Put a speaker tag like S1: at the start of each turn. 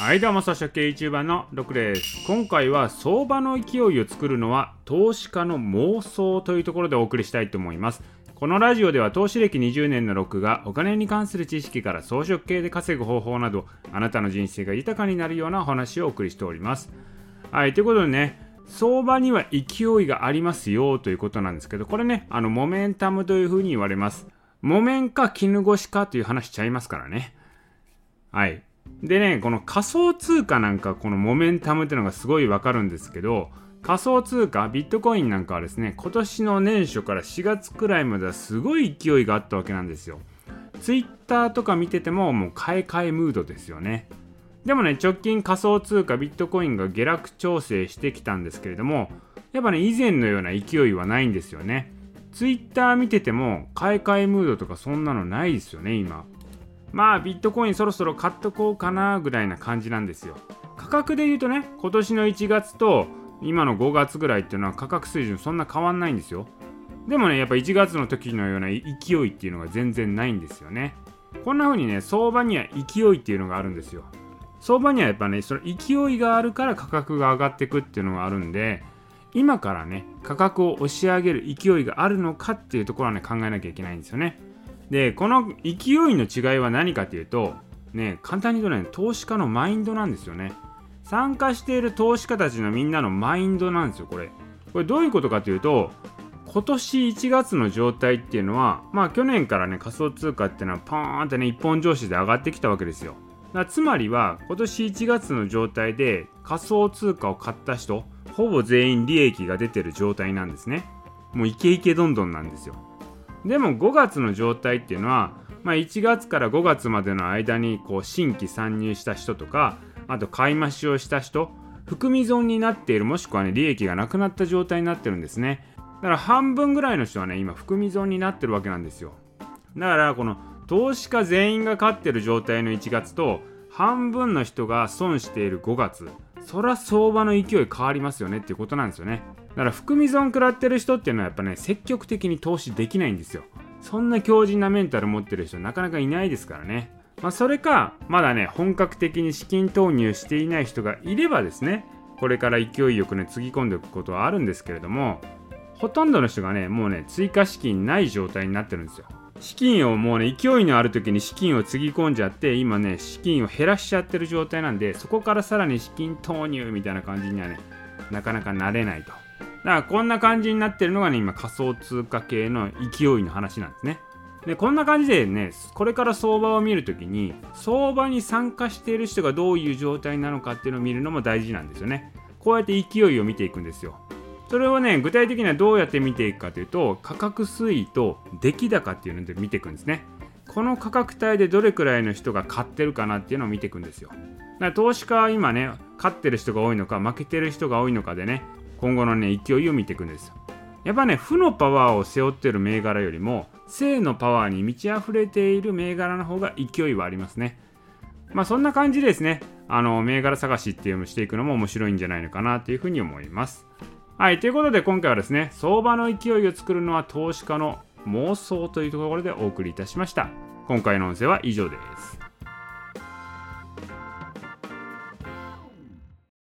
S1: はいどうも、草食系 YouTuber のロクです。今回は相場の勢いを作るのは投資家の妄想というところでお送りしたいと思います。このラジオでは投資歴20年のロクがお金に関する知識から草食系で稼ぐ方法など、あなたの人生が豊かになるようなお話をお送りしております。はい、ということでね、相場には勢いがありますよということなんですけど、これね、モメンタムというふうに言われます。木綿か絹ごしかという話しちゃいますからね。はい。でね、この仮想通貨なんかこのモメンタムっていうのがすごいわかるんですけど、仮想通貨ビットコインなんかはですね、今年の年初から4月くらいまではすごい勢いがあったわけなんですよ。ツイッターとか見ててももう買い替えムードですよね。でもね、直近仮想通貨ビットコインが下落調整してきたんですけれども、やっぱね、以前のような勢いはないんですよね。ツイッター見てても買い替えムードとかそんなのないですよね、今。まあビットコインそろそろ買っとこうかなぐらいな感じなんですよ。価格で言うとね、今年の1月と今の5月ぐらいっていうのは価格水準そんな変わんないんですよ。でもね、やっぱ1月の時のような勢いっていうのが全然ないんですよね。こんな風にね、相場には勢いっていうのがあるんですよ。相場にはやっぱね、その勢いがあるから価格が上がっていくっていうのがあるんで、今からね、価格を押し上げる勢いがあるのかっていうところはね、考えなきゃいけないんですよね。で、この勢いの違いは何かというと、ね、簡単に言うとね、投資家のマインドなんですよね。参加している投資家たちのみんなのマインドなんですよ、これどういうことかというと、今年1月の状態っていうのは、まあ去年からね、仮想通貨っていうのはパーンってね、一本上司で上がってきたわけですよ。つまりは、今年1月の状態で仮想通貨を買った人、ほぼ全員利益が出てる状態なんですね。もうイケイケどんどんなんですよ。でも5月の状態っていうのは、1月から5月までの間に新規参入した人とか、あと買い増しをした人、含み損になっている、もしくはね、利益がなくなった状態になってるんですね。だから半分ぐらいの人はね、今含み損になってるわけなんですよ。だからこの投資家全員が勝ってる状態の1月と、半分の人が損している5月、そら相場の勢い変わりますよねっていうことなんですよね。だから含み損食らってる人っていうのはやっぱね、積極的に投資できないんですよ。そんな強靭なメンタル持ってる人なかなかいないですからね。それかまだね、本格的に資金投入していない人がいればですね、これから勢いよくね、つぎ込んでいくことはあるんですけれども、ほとんどの人がね、もうね、追加資金ない状態になってるんですよ。資金をもうね、勢いのある時に資金をつぎ込んじゃって、今ね、資金を減らしちゃってる状態なんで、そこからさらに資金投入みたいな感じにはね、なかなかなれないと。だからこんな感じになってるのがね、今仮想通貨系の勢いの話なんですね。で、こんな感じでね、これから相場を見るときに、相場に参加している人がどういう状態なのかっていうのを見るのも大事なんですよね。こうやって勢いを見ていくんですよ。それをね、具体的にはどうやって見ていくかというと、価格推移と出来高っていうので見ていくんですね。この価格帯でどれくらいの人が買ってるかなっていうのを見ていくんですよ。だから投資家は今ね、勝ってる人が多いのか負けてる人が多いのかでね、今後のね、勢いを見ていくんですよ。やっぱね、負のパワーを背負ってる銘柄よりも正のパワーに満ち溢れている銘柄の方が勢いはありますね。そんな感じでですね、銘柄探しっていうのをしていくのも面白いんじゃないのかなというふうに思います。はい、ということで今回はですね、相場の勢いを作るのは投資家の妄想というところでお送りいたしました。今回の音声は以上です。